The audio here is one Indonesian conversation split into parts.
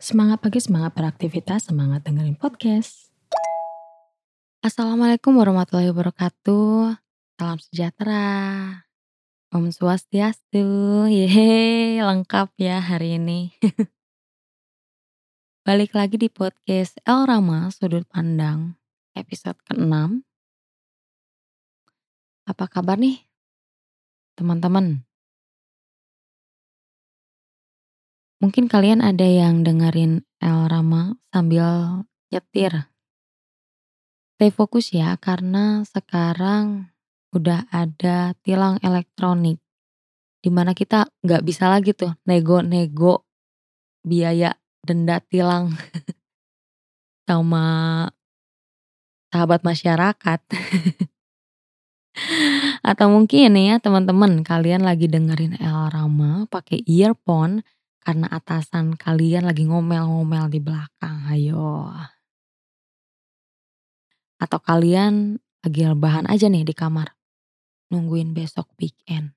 Semangat pagi, semangat beraktivitas, semangat dengerin podcast. Assalamualaikum warahmatullahi wabarakatuh. Salam sejahtera. Om Swastiastu. Yeay, lengkap ya hari ini. Balik lagi di podcast El Rama Sudut Pandang episode ke-6. Apa kabar nih teman-teman? Mungkin kalian ada yang dengerin El Rama sambil nyetir. Stay fokus ya karena sekarang udah ada tilang elektronik. Di mana kita nggak bisa lagi tuh nego-nego biaya denda tilang sama sahabat masyarakat. Atau mungkin nih ya teman-teman kalian lagi dengerin El Rama pakai earphone karena atasan kalian lagi ngomel-ngomel di belakang. Ayo. Atau kalian lagi rebahan aja nih di kamar nungguin besok weekend.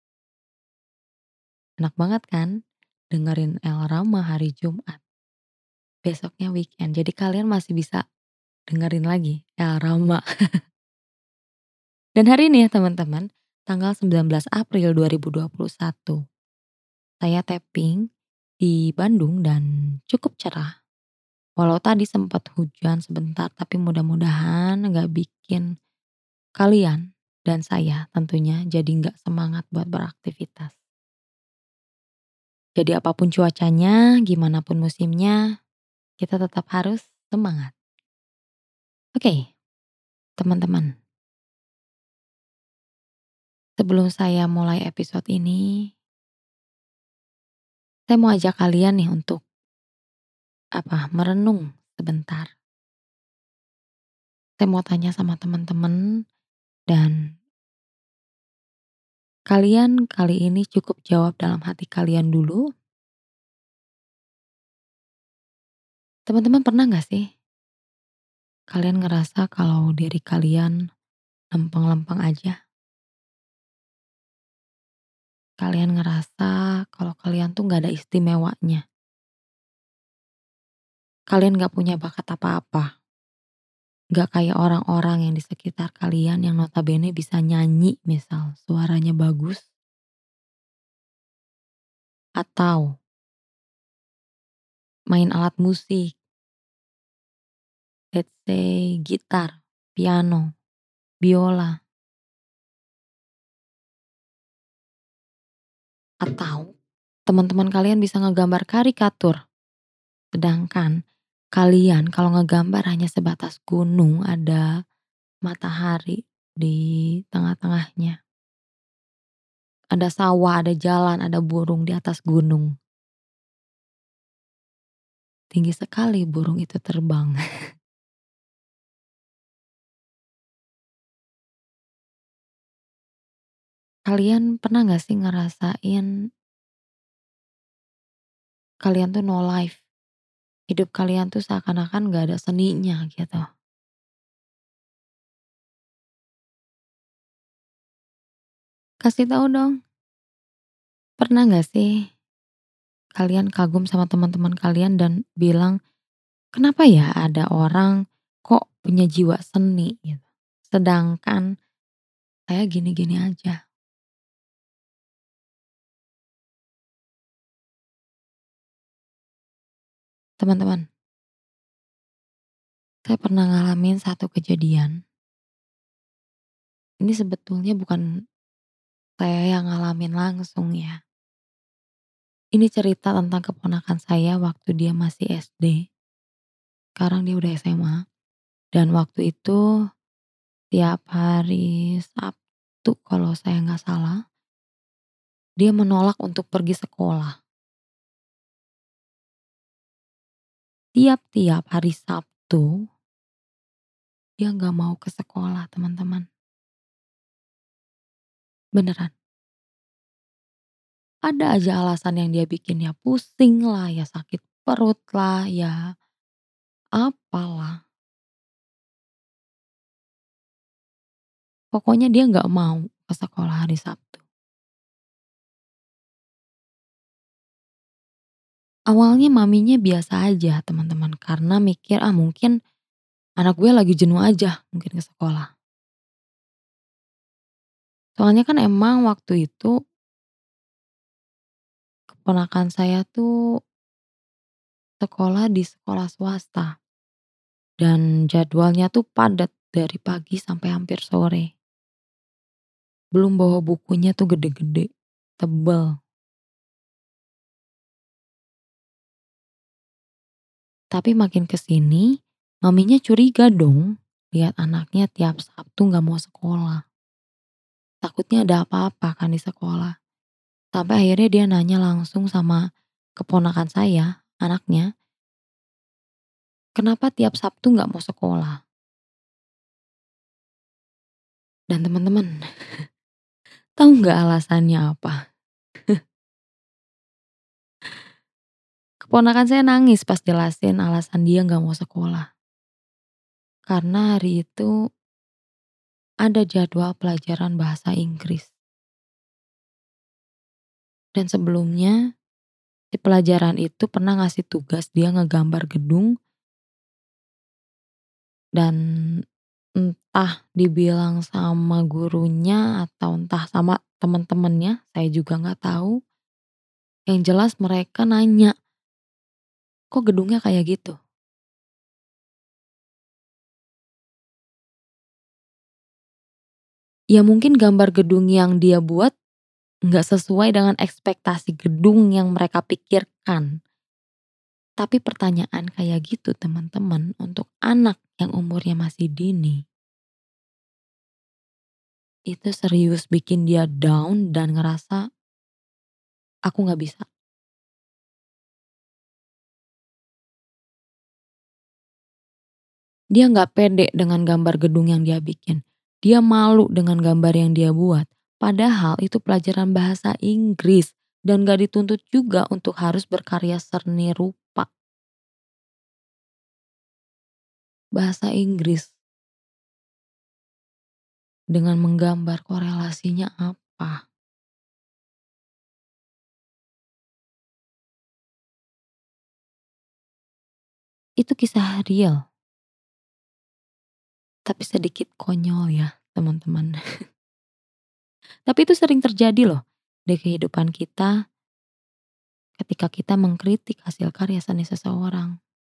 Enak banget kan dengerin El Rama hari Jumat. Besoknya weekend. Jadi kalian masih bisa dengerin lagi El Rama. Dan hari ini ya teman-teman, tanggal 19 April 2021. Saya tapping di Bandung dan cukup cerah. Walau tadi sempat hujan sebentar tapi mudah-mudahan nggak bikin kalian dan saya tentunya jadi nggak semangat buat beraktivitas. Jadi apapun cuacanya, gimana pun musimnya, kita tetap harus semangat. Oke, teman-teman. Sebelum saya mulai episode ini, saya mau ajak kalian nih untuk merenung sebentar. Saya mau tanya sama teman-teman dan kalian kali ini cukup jawab dalam hati kalian dulu. Teman-teman pernah gak sih kalian ngerasa kalau diri kalian lempeng-lempeng aja? Kalian ngerasa kalau kalian tuh gak ada istimewanya. Kalian gak punya bakat apa-apa. Gak kayak orang-orang yang di sekitar kalian yang notabene bisa nyanyi misal suaranya bagus. Atau main alat musik, let's say gitar, piano, biola. Atau teman-teman kalian bisa ngegambar karikatur. Sedangkan kalian kalau ngegambar hanya sebatas gunung ada matahari di tengah-tengahnya. Ada sawah, ada jalan, ada burung di atas gunung. Tinggi sekali burung itu terbang. Kalian pernah gak sih ngerasain kalian tuh no life? Hidup kalian tuh seakan-akan gak ada seninya gitu. Kasih tahu dong, pernah gak sih kalian kagum sama teman-teman kalian dan bilang, kenapa ya ada orang kok punya jiwa seni gitu. Sedangkan saya gini-gini aja. Teman-teman, saya pernah ngalamin satu kejadian. Ini sebetulnya bukan saya yang ngalamin langsung ya. Ini cerita tentang keponakan saya waktu dia masih SD. Sekarang dia udah SMA. Dan waktu itu tiap hari Sabtu kalau saya nggak salah, dia menolak untuk pergi sekolah. Tiap-tiap hari Sabtu, dia nggak mau ke sekolah teman-teman. Beneran. Ada aja alasan yang dia bikin ya pusing lah, ya sakit perut lah, ya apalah. Pokoknya dia nggak mau ke sekolah hari Sabtu. Awalnya maminya biasa aja teman-teman, karena mikir, "Ah mungkin anak gue lagi jenuh aja mungkin ke sekolah." Soalnya kan emang waktu itu keponakan saya tuh sekolah di sekolah swasta dan jadwalnya tuh padat dari pagi sampai hampir sore. Belum bawa bukunya tuh gede-gede, tebel. Tapi makin ke sini, maminya curiga dong lihat anaknya tiap Sabtu nggak mau sekolah. Takutnya ada apa-apa kan di sekolah. Sampai akhirnya dia nanya langsung sama keponakan saya, anaknya, kenapa tiap Sabtu nggak mau sekolah? Dan teman-teman, tahu nggak alasannya apa? Keponakan saya nangis pas jelasin alasan dia nggak mau sekolah. Karena hari itu ada jadwal pelajaran bahasa Inggris. Dan sebelumnya di pelajaran itu pernah ngasih tugas dia ngegambar gedung dan entah dibilang sama gurunya atau entah sama teman-temannya, saya juga nggak tahu. Yang jelas mereka nanya, kok gedungnya kayak gitu? Ya mungkin gambar gedung yang dia buat nggak sesuai dengan ekspektasi gedung yang mereka pikirkan. Tapi pertanyaan kayak gitu teman-teman untuk anak yang umurnya masih dini, itu serius bikin dia down dan ngerasa aku nggak bisa. Dia nggak pede dengan gambar gedung yang dia bikin. Dia malu dengan gambar yang dia buat. Padahal itu pelajaran bahasa Inggris dan gak dituntut juga untuk harus berkarya seni rupa. Bahasa Inggris dengan menggambar korelasinya apa? Itu kisah real, tapi sedikit konyol ya teman-teman. Tapi itu sering terjadi loh di kehidupan kita ketika kita mengkritik hasil karya seni seseorang.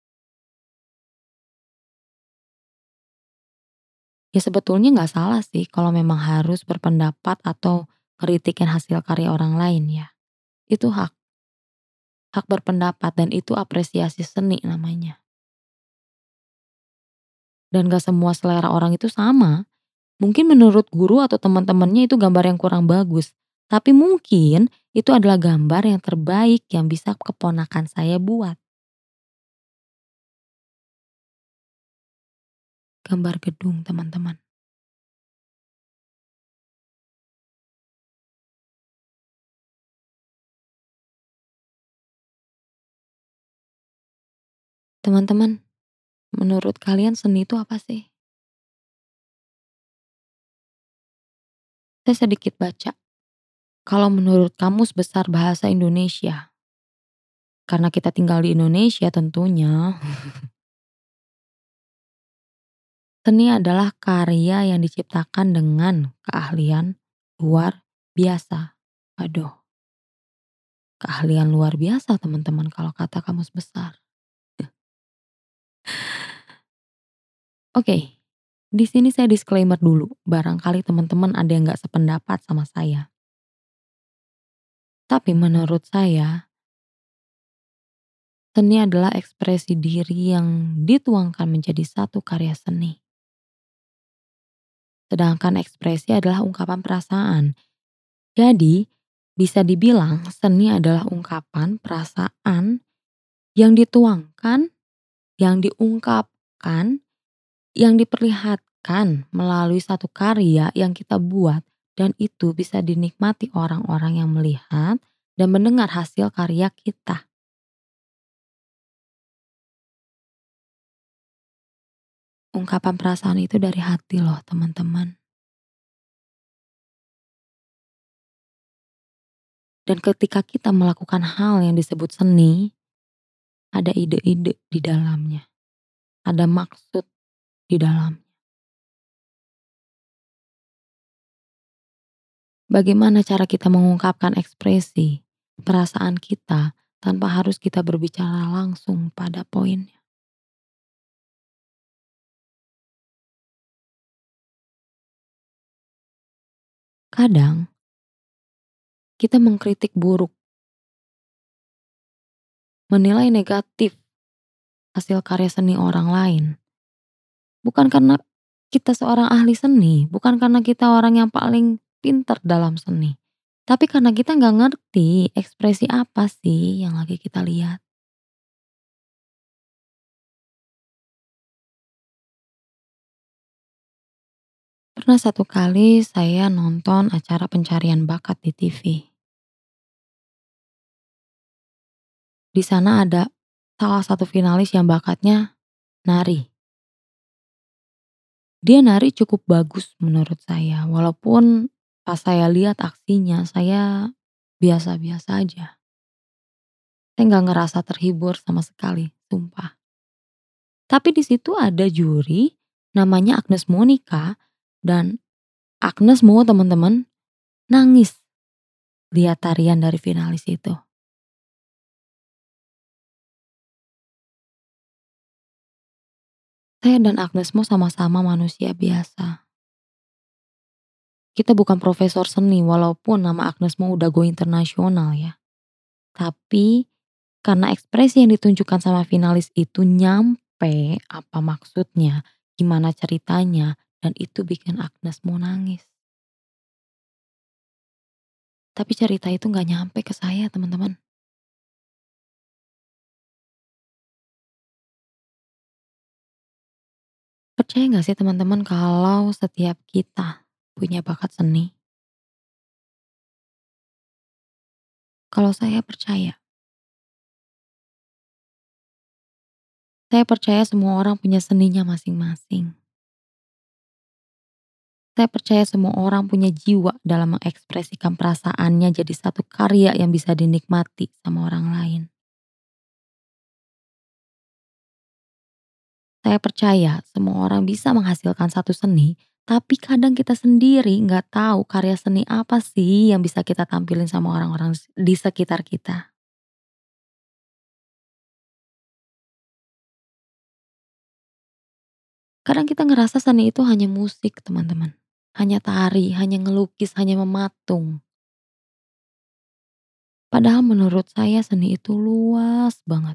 Ya sebetulnya nggak salah sih kalau memang harus berpendapat atau kritikin hasil karya orang lain ya. Itu hak berpendapat dan itu apresiasi seni namanya. Dan gak semua selera orang itu sama. Mungkin menurut guru atau teman-temannya itu gambar yang kurang bagus. Tapi mungkin itu adalah gambar yang terbaik yang bisa keponakan saya buat. Gambar gedung teman-teman. Teman-teman, menurut kalian seni itu apa sih? Saya sedikit baca. Kalau menurut Kamus Besar Bahasa Indonesia, karena kita tinggal di Indonesia tentunya, seni adalah karya yang diciptakan dengan keahlian luar biasa. Aduh, keahlian luar biasa teman-teman kalau kata Kamus Besar. Oke, di sini saya disclaimer dulu, barangkali teman-teman ada yang nggak sependapat sama saya. Tapi menurut saya, seni adalah ekspresi diri yang dituangkan menjadi satu karya seni. Sedangkan ekspresi adalah ungkapan perasaan. Jadi, bisa dibilang seni adalah ungkapan perasaan yang dituangkan, yang diungkapkan, yang diperlihatkan melalui satu karya yang kita buat dan itu bisa dinikmati orang-orang yang melihat dan mendengar hasil karya kita. Ungkapan perasaan itu dari hati loh teman-teman. Dan ketika kita melakukan hal yang disebut seni, ada ide-ide di dalamnya, ada maksud di dalam. Bagaimana cara kita mengungkapkan ekspresi, perasaan kita tanpa harus kita berbicara langsung pada poinnya. Kadang kita mengkritik buruk, menilai negatif hasil karya seni orang lain. Bukan karena kita seorang ahli seni, bukan karena kita orang yang paling pinter dalam seni. Tapi karena kita nggak ngerti ekspresi apa sih yang lagi kita lihat. Pernah satu kali saya nonton acara pencarian bakat di TV. Di sana ada salah satu finalis yang bakatnya nari. Dia nari cukup bagus menurut saya, walaupun pas saya lihat aksinya saya biasa-biasa aja. Saya nggak ngerasa terhibur sama sekali, sumpah. Tapi di situ ada juri namanya Agnes Monica dan Agnes mau teman-teman nangis lihat tarian dari finalis itu. Saya dan Agnes Mo sama-sama manusia biasa. Kita bukan profesor seni walaupun nama Agnes Mo udah go internasional ya. Tapi karena ekspresi yang ditunjukkan sama finalis itu nyampe apa maksudnya, gimana ceritanya, dan itu bikin Agnes Mo nangis. Tapi cerita itu nggak nyampe ke saya teman-teman. Percaya nggak sih teman-teman kalau setiap kita punya bakat seni? Kalau saya percaya semua orang punya seninya masing-masing. Saya percaya semua orang punya jiwa dalam mengekspresikan perasaannya jadi satu karya yang bisa dinikmati sama orang lain. Saya percaya semua orang bisa menghasilkan satu seni, tapi kadang kita sendiri nggak tahu karya seni apa sih yang bisa kita tampilin sama orang-orang di sekitar kita. Kadang kita ngerasa seni itu hanya musik teman-teman. Hanya tari, hanya ngelukis, hanya mematung. Padahal menurut saya seni itu luas banget.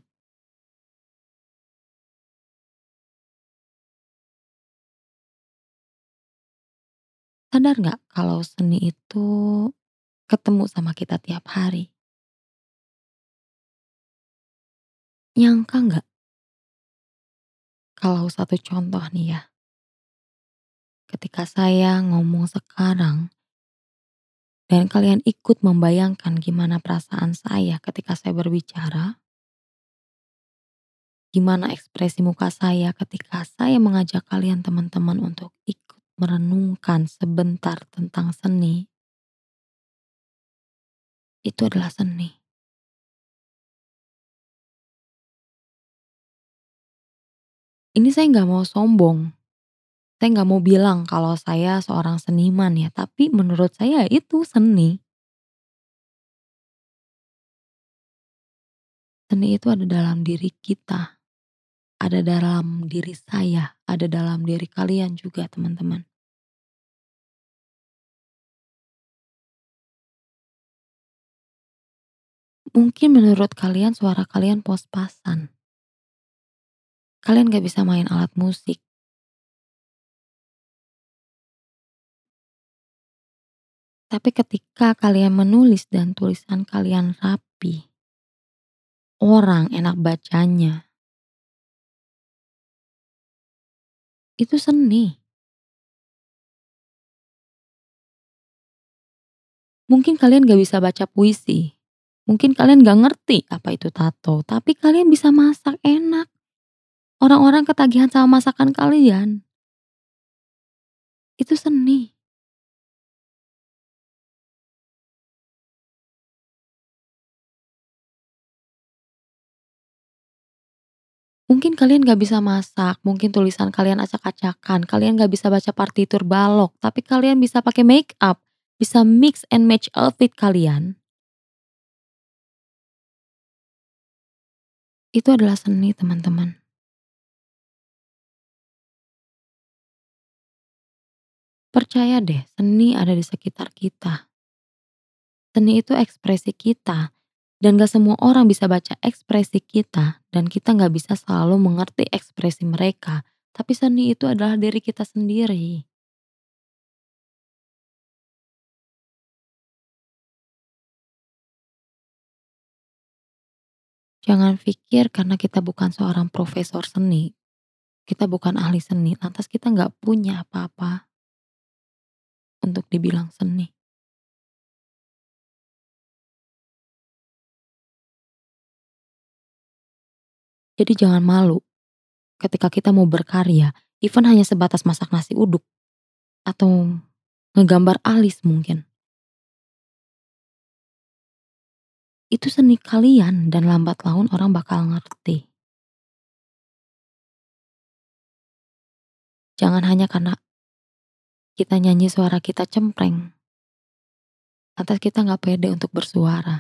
Sadar nggak kalau seni itu ketemu sama kita tiap hari? Nyangka nggak kalau satu contoh nih ya, ketika saya ngomong sekarang dan kalian ikut membayangkan gimana perasaan saya ketika saya berbicara, gimana ekspresi muka saya ketika saya mengajak kalian teman-teman untuk ikut merenungkan sebentar tentang seni, itu adalah seni. Ini saya nggak mau sombong, saya nggak mau bilang kalau saya seorang seniman ya, tapi menurut saya itu seni. Seni itu ada dalam diri kita, ada dalam diri saya, ada dalam diri kalian juga teman-teman. Mungkin menurut kalian suara kalian pos-pasan, kalian gak bisa main alat musik, tapi ketika kalian menulis dan tulisan kalian rapi, orang enak bacanya, itu seni. Mungkin kalian gak bisa baca puisi, mungkin kalian gak ngerti apa itu tato, tapi kalian bisa masak enak. Orang-orang ketagihan sama masakan kalian, itu seni. Mungkin kalian gak bisa masak, mungkin tulisan kalian acak-acakan, kalian gak bisa baca partitur balok, tapi kalian bisa pakai make up, bisa mix and match outfit kalian. Itu adalah seni teman-teman. Percaya deh, seni ada di sekitar kita. Seni itu ekspresi kita, dan gak semua orang bisa baca ekspresi kita, dan kita gak bisa selalu mengerti ekspresi mereka. Tapi seni itu adalah diri kita sendiri. Jangan pikir karena kita bukan seorang profesor seni, kita bukan ahli seni, lantas kita nggak punya apa-apa untuk dibilang seni. Jadi jangan malu ketika kita mau berkarya, even hanya sebatas masak nasi uduk atau ngegambar alis mungkin. Itu seni kalian dan lambat laun orang bakal ngerti. Jangan hanya karena kita nyanyi suara kita cempreng, lantas kita nggak pede untuk bersuara.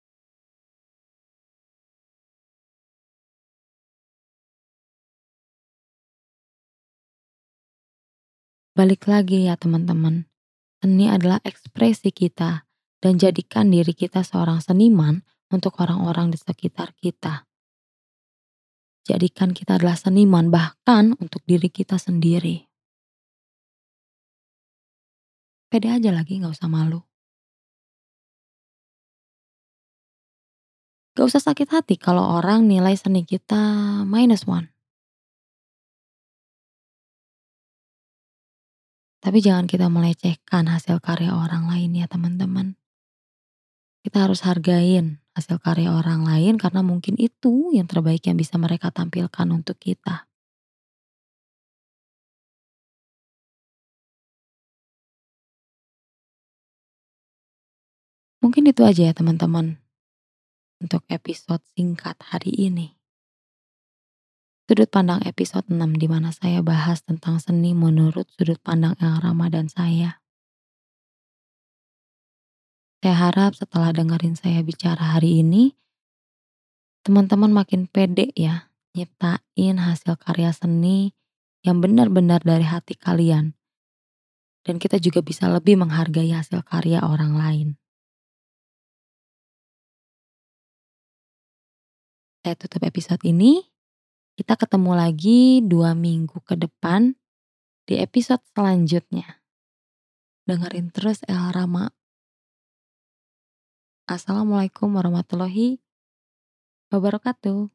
Balik lagi ya teman-teman, seni adalah ekspresi kita dan jadikan diri kita seorang seniman untuk orang-orang di sekitar kita. Jadikan kita adalah seniman bahkan untuk diri kita sendiri. Pede aja lagi nggak usah malu. Gak usah sakit hati kalau orang nilai seni kita -1. Tapi jangan kita melecehkan hasil karya orang lain ya teman-teman. Kita harus hargain hasil karya orang lain karena mungkin itu yang terbaik yang bisa mereka tampilkan untuk kita. Mungkin itu aja ya teman-teman untuk episode singkat hari ini. Sudut pandang episode 6 di mana saya bahas tentang seni menurut sudut pandang yang ramah dan saya. Saya harap setelah dengerin saya bicara hari ini, teman-teman makin pede ya nyiptain hasil karya seni yang benar-benar dari hati kalian. Dan kita juga bisa lebih menghargai hasil karya orang lain. Saya tutup episode ini, kita ketemu lagi 2 minggu ke depan di episode selanjutnya. Dengerin terus El Rama. Assalamualaikum warahmatullahi wabarakatuh.